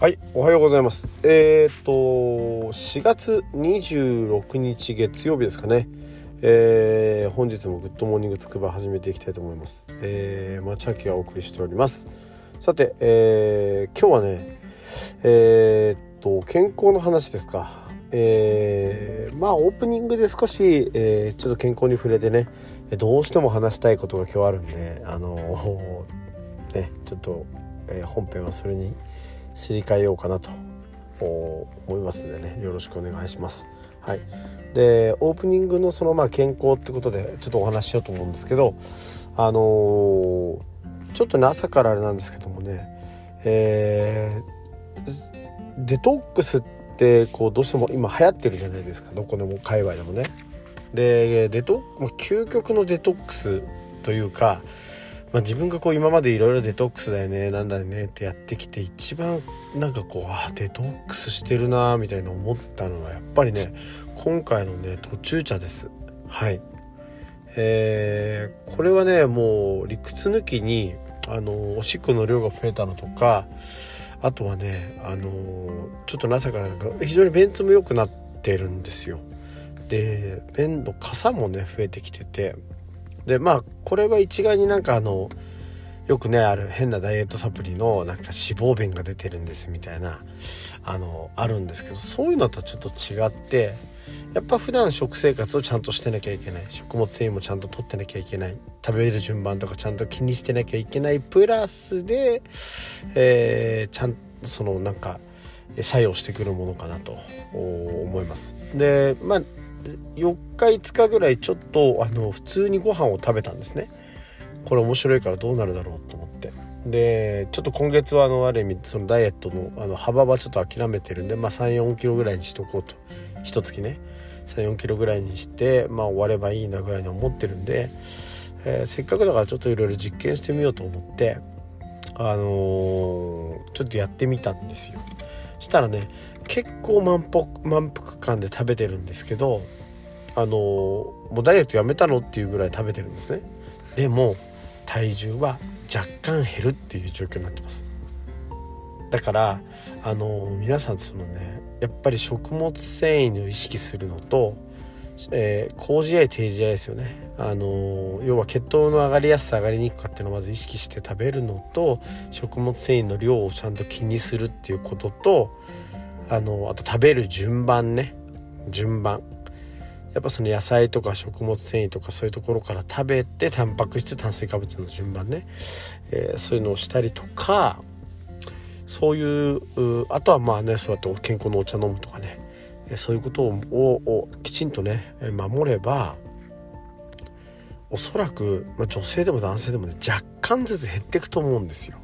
はい、おはようございます。4月26日月曜日ですかね。本日もグッドモーニングつくば始めていきたいと思います。町明がお送りしております。さて、今日はね、健康の話ですか。オープニングで少し、ちょっと健康に触れてね、どうしても話したいことが今日あるんで、ちょっと、本編はそれにすり替えようかなと思いますのでね、よろしくお願いします。はい。で、オープニングの健康ってことでちょっとお話ししようと思うんですけど、ちょっとね朝からあれなんですけどもね、デトックスってどうしても今流行ってるじゃないですか、どこでも界隈でもね。で、究極のデトックスというか、自分が今までいろいろデトックスだよねなんだよねってやってきて、一番デトックスしてるなみたいな思ったのはやっぱりね、今回のね途中茶です。はい。これはねもう理屈抜きにおしっこの量が増えたのとか、あとはねちょっと朝から非常に便通も良くなってるんですよ。で、便の傘もね増えてきてて、でこれは一概によくねある変なダイエットサプリの脂肪便が出てるんですみたいなあるんですけど、そういうのとちょっと違って、やっぱ普段食生活をちゃんとしてなきゃいけない、食物繊維もちゃんと取ってなきゃいけない、食べる順番とかちゃんと気にしてなきゃいけないプラスで、ちゃんと作用してくるものかなと思います。で4日5日ぐらいちょっと普通にご飯を食べたんですね。これ面白いからどうなるだろうと思って、でちょっと今月はある意味そのダイエットの幅はちょっと諦めてるんで、3、4キロぐらいにしとこうと、一月ね3、4キロぐらいにして終わればいいなぐらいに思ってるんで、せっかくだからちょっといろいろ実験してみようと思ってちょっとやってみたんですよ。したらね結構満腹感で食べてるんですけど、もうダイエットやめたのっていうぐらい食べてるんですね。でも体重は若干減るっていう状況になってます。だから皆さんやっぱり食物繊維を意識するのと、高 GI 低 GI ですよね。要は血糖の上がりやすさ上がりにくかっていうのをまず意識して食べるのと、食物繊維の量をちゃんと気にするっていうことと、あと食べる順番やっぱその野菜とか食物繊維とかそういうところから食べて、タンパク質炭水化物の順番ね、そういうのをしたりとか、そういうあとはそうやって健康のお茶飲むとかね、そういうことをきちんとね守れば、おそらく、女性でも男性でもね若干ずつ減っていくと思うんですよ。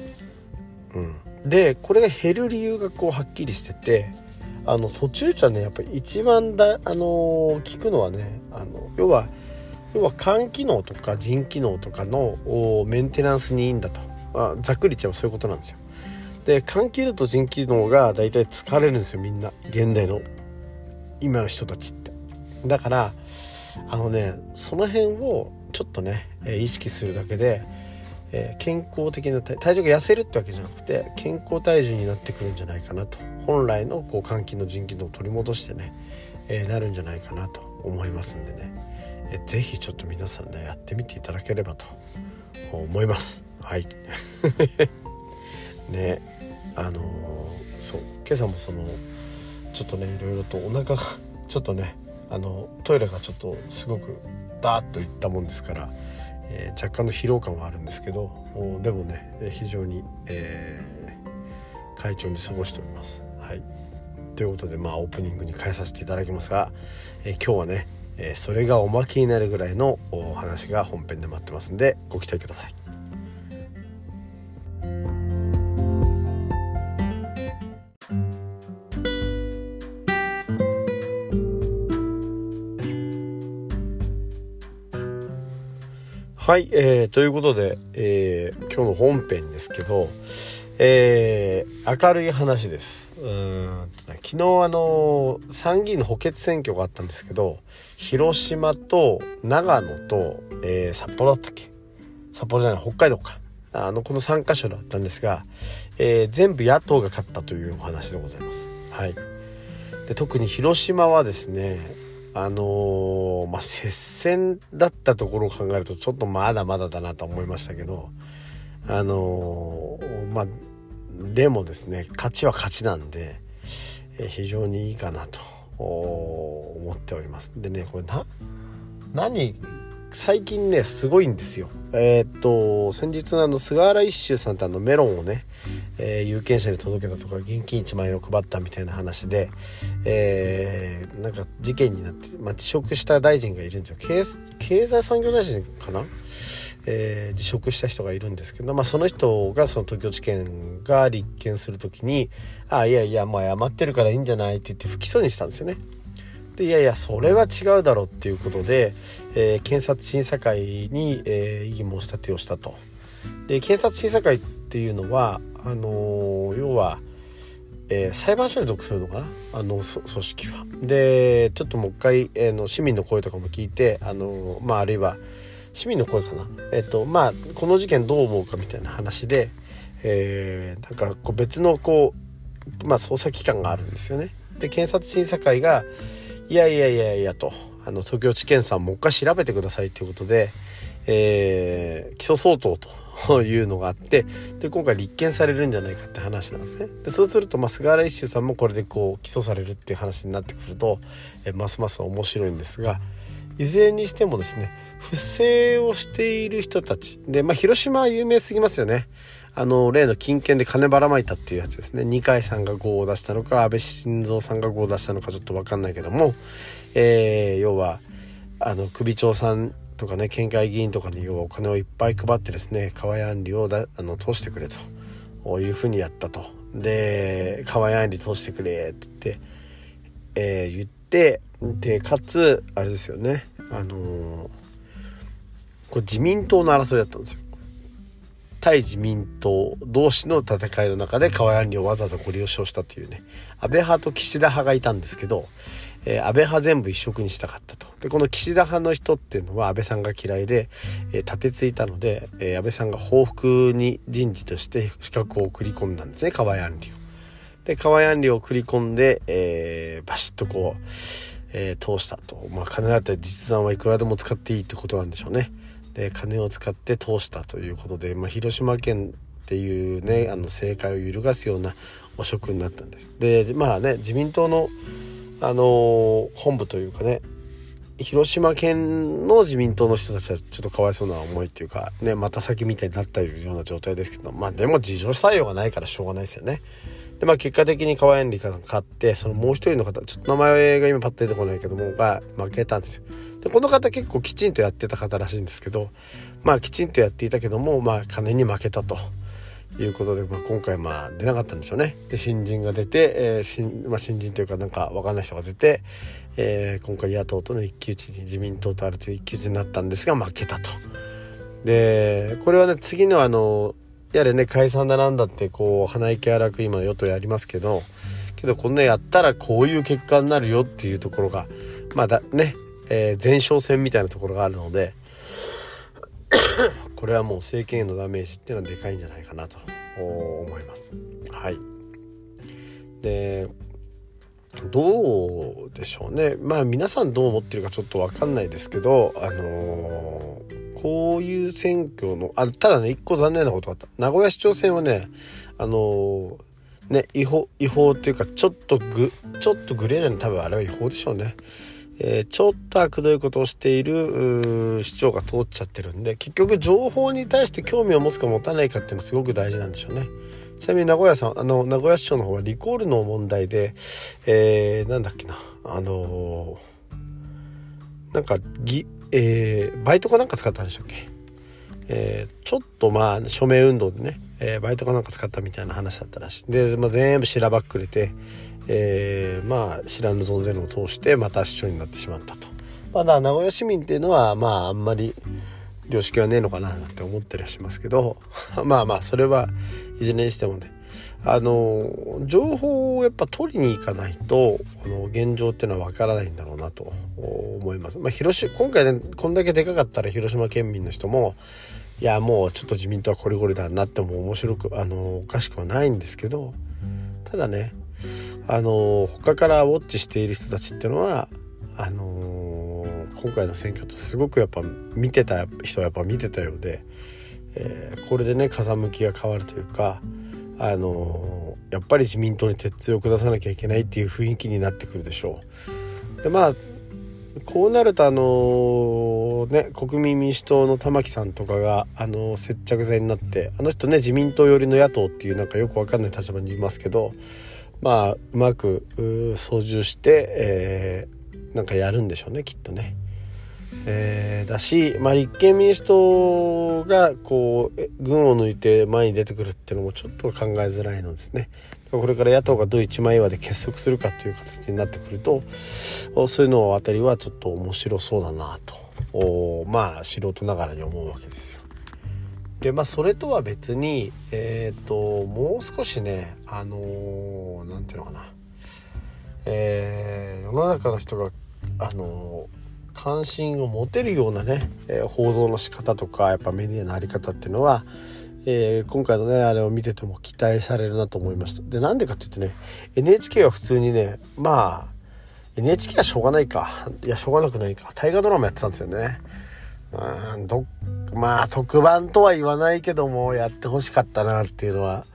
でこれが減る理由がはっきりしてて、途中茶ねやっぱり一番効くのはね要は肝機能とか腎機能とかのメンテナンスにいいんだと、ざっくり言っちゃえばそういうことなんですよ。で肝機能と腎機能がだいたい疲れるんですよ、みんな現代の今の人たちって。だからその辺をちょっとね意識するだけで、健康的な体重が痩せるってわけじゃなくて健康体重になってくるんじゃないかなと、本来の肝機能腎機能を取り戻してね、なるんじゃないかなと思いますんでね、ぜひちょっと皆さんねやってみていただければと思います。はいね、そう今朝もちょっとねいろいろとお腹がちょっとねトイレがちょっとすごくダーッといったもんですから、若干の疲労感はあるんですけど、でもね非常に、快調に過ごしております。はい。ということでオープニングに変えさせていただきますが、今日はね、それがおまけになるぐらいのお話が本編で待ってますんでご期待ください。はい、ということで、今日の本編ですけど、明るい話です。昨日参議院の補欠選挙があったんですけど、広島と長野と、札幌だったっけ、札幌じゃない北海道かこの3カ所だったんですが、全部野党が勝ったというお話でございます。はい。で特に広島はですね、接戦だったところを考えるとちょっとまだまだだなと思いましたけど、でもですね、勝ちは勝ちなんで、非常にいいかなと思っております。でね、これ最近ねすごいんですよ。先日菅原一秀さんってメロンをね、有権者に届けたとか現金1万円を配ったみたいな話で、なんか事件になって、辞職した大臣がいるんですよ。経済産業大臣かな、辞職した人がいるんですけど、その人がその東京地検が立件するときにいやもう謝ってるからいいんじゃないって言って不起訴にしたんですよね。でいやそれは違うだろうっていうことで、検察審査会に、異議申し立てをしたと。で検察審査会っていうのは要は、裁判所に属するのかな、組織は。でちょっともう一回、市民の声とかも聞いてあるいは市民の声かな、この事件どう思うかみたいな話で、なんか別の捜査機関があるんですよね。で検察審査会がいやと東京地検さんもう一回調べてくださいということで、起訴相当というのがあって、で今回立件されるんじゃないかって話なんですね。でそうすると菅原一秀さんもこれで起訴されるっていう話になってくると、ますます面白いんですが、いずれにしてもですね、不正をしている人たちで、広島は有名すぎますよね。例の金券で金ばらまいたっていうやつですね。二階さんが5を出したのか安倍晋三さんが5を出したのかちょっと分かんないけども、要は首長さんとかね、県会議員とかに要はお金をいっぱい配ってですね、河井案里を通してくれというふうにやったと。で河井案里通してくれって言って、でかつあれですよね、これ自民党の争いだったんですよ。対自民党同士の戦いの中で河井案里をわざわざご利用したというね、安倍派と岸田派がいたんですけど、安倍派全部一色にしたかったと。でこの岸田派の人っていうのは安倍さんが嫌いで、立てついたので、安倍さんが報復に人事として資格を送り込んだんですね、河井案里を。で河井案里を送り込んで、バシッと通したと。金だったら実弾はいくらでも使っていいってことなんでしょうね。で金を使って通したということで、広島県っていうね政界を揺るがすような汚職になったんです。で自民党の本部というかね、広島県の自民党の人たちはちょっとかわいそうな思いっていうかね、また先みたいになったような状態ですけど、でも自助採用がないからしょうがないですよね。で結果的に河井案里が勝って、そのもう一人の方、ちょっと名前が今パッと出てこないけどもが負けたんですよ。でこの方結構きちんとやってた方らしいんですけど、きちんとやっていたけども金に負けたということで、今回出なかったんでしょうね。で新人が出て、新人というかなんか分かんない人が出て、今回野党との一騎打ちに、自民党とあるという一騎打ちになったんですが負けたと。でこれはね、次のやれね、解散だなんだって鼻息荒く今与党やりますけどこんなやったらこういう結果になるよっていうところが前哨戦みたいなところがあるのでこれはもう政権へのダメージっていうのはでかいんじゃないかなと思います。はい。でどうでしょうね。皆さんどう思ってるかちょっと分かんないですけど、こういう選挙のただね、一個残念なことがあった。名古屋市長選はね違法っていうかちょっとグレーなの、多分あれは違法でしょうね。ちょっと悪どいことをしている市長が通っちゃってるんで、結局情報に対して興味を持つか持たないかっていうのはすごく大事なんでしょうね。ちなみに名古屋市長の方はリコールの問題で、なんだっけな、バイトかなんか使ったんでしたっけ。ちょっと署名運動でね、バイトかなんか使ったみたいな話だったらしい。で、全部しらばっくれて、知らぬ存ぜぬを通してまた市長になってしまったと。名古屋市民っていうのはあんまり良識はねえのかななんて思ったりはしますけどそれはいずれにしてもね、情報をやっぱ取りに行かないと現状っていうのはわからないんだろうなと思います。今回ね、こんだけでかかったら広島県民の人もいやもうちょっと自民党はこれこれだなっても面白くおかしくはないんですけど、ただね他からウォッチしている人たちっていうのは今回の選挙とすごくやっぱ見てた人はやっぱ見てたようで、これでね風向きが変わるというかやっぱり自民党に鉄槌を下さなきゃいけないっていう雰囲気になってくるでしょう。でこうなると国民民主党の玉木さんとかが接着剤になって、人ね自民党寄りの野党っていうなんかよくわかんない立場にいますけど、うまく操縦して、なんかやるんでしょうねきっとね。だし、立憲民主党がこう群を抜いて前に出てくるっていうのもちょっと考えづらいのですね。これから野党がどう一枚岩で結束するかという形になってくると、そういうのあたりはちょっと面白そうだなと素人ながらに思うわけですよ。でそれとは別にもう少しねなんていうのかな、世の中の人が関心を持てるようなね、報道の仕方とかやっぱメディアのあり方っていうのは、今回のねあれを見てても期待されるなと思いました。でなんでかって言ってね NHK は普通にねNHK はしょうがないか、いやしょうがなくないか、大河ドラマやってたんですよね。特番とは言わないけどもやってほしかったなっていうのは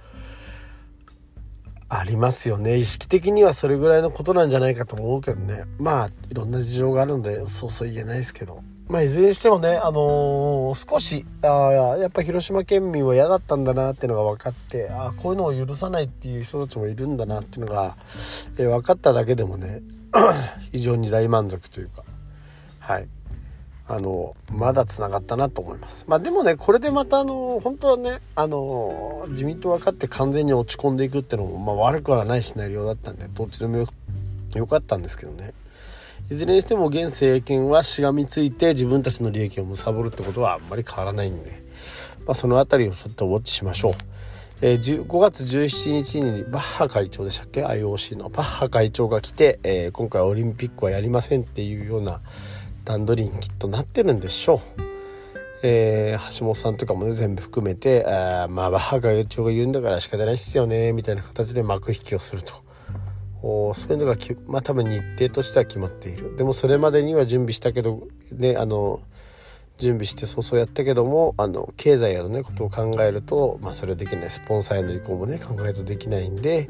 ありますよね。意識的にはそれぐらいのことなんじゃないかと思うけどね。いろんな事情があるのでそう言えないですけど、いずれにしてもね少しやっぱ広島県民は嫌だったんだなっていうのが分かって、こういうのを許さないっていう人たちもいるんだなっていうのが、分かっただけでもね非常に大満足というか、まだつながったなと思います。でもねこれでまた本当はね自民党が勝って完全に落ち込んでいくっていうのも悪くはないシナリオだったんでどっちでもよかったんですけどね、いずれにしても現政権はしがみついて自分たちの利益を貪るってことはあんまり変わらないんで、そのあたりをちょっとウォッチしましょう。5月17日にバッハ会長でしたっけ、 IOC のバッハ会長が来て、今回オリンピックはやりませんっていうような段取りにきっとなってるんでしょう。橋本さんとかもね全部含めてバッハ会長が言うんだから仕方ないっすよねみたいな形で幕引きをすると、そういうのが多分日程としては決まっている。でもそれまでには準備したけどね準備してそうやったけども経済のねことを考えるとそれはできない、スポンサーへの意向もね考えるとできないんで、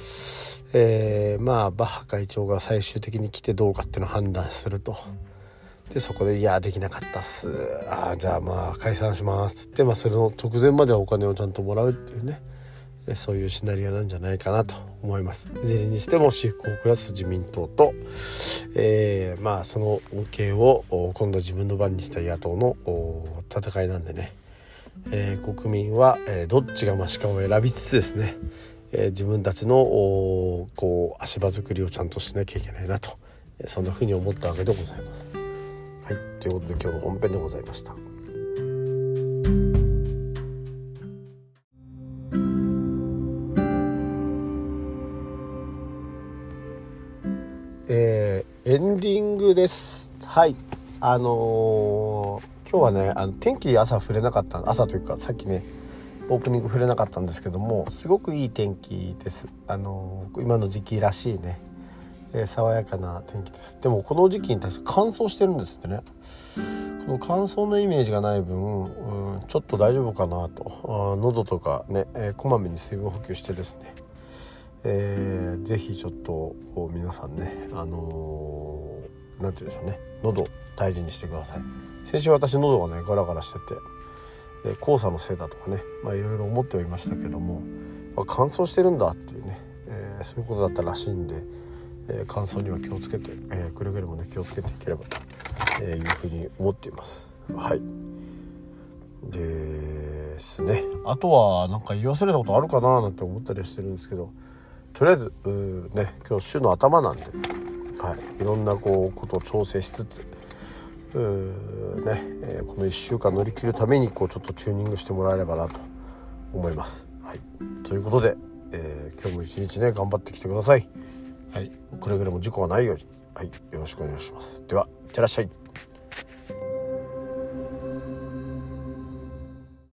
バッハ会長が最終的に来てどうかっていうのを判断すると。でそこでできなかったっす、じゃあ解散しますってそれの直前まではお金をちゃんともらうっていうね、そういうシナリオなんじゃないかなと思います。いずれにしても私服を増やす自民党と、その恩恵を今度自分の番にした野党の戦いなんでね、国民は、どっちがマシかを選びつつですね、自分たちの足場作りをちゃんとしなきゃいけないなと、そんな風に思ったわけでございます。はい、ということで今日の本編でございました。エンディングです。はい、今日はね天気朝触れなかった、朝というかさっきねオープニング触れなかったんですけども、すごくいい天気です。今の時期らしいね、爽やかな天気です。でもこの時期に対して乾燥してるんですってね。この乾燥のイメージがない分、ちょっと大丈夫かなと、喉とかね、こまめに水分補給してですね、ぜひちょっと皆さんねなんて言うんでしょうね、喉大事にしてください。先週私喉がねガラガラしてて、黄砂のせいだとかねいろいろ思ってはいましたけども、乾燥してるんだっていうね、そういうことだったらしいんで、乾燥には気をつけて、くれぐれもね気をつけていければというふうに思っています。はいですね。あとはなんか言い忘れたことあるかななんて思ったりしてるんですけど、とりあえずね今日週の頭なんで、いろんなことを調整しつつこの1週間乗り切るためにちょっとチューニングしてもらえればなと思います。ということで、今日も一日ね頑張ってきてください。くれぐれも事故がないように、よろしくお願いします。ではいってらっしゃい。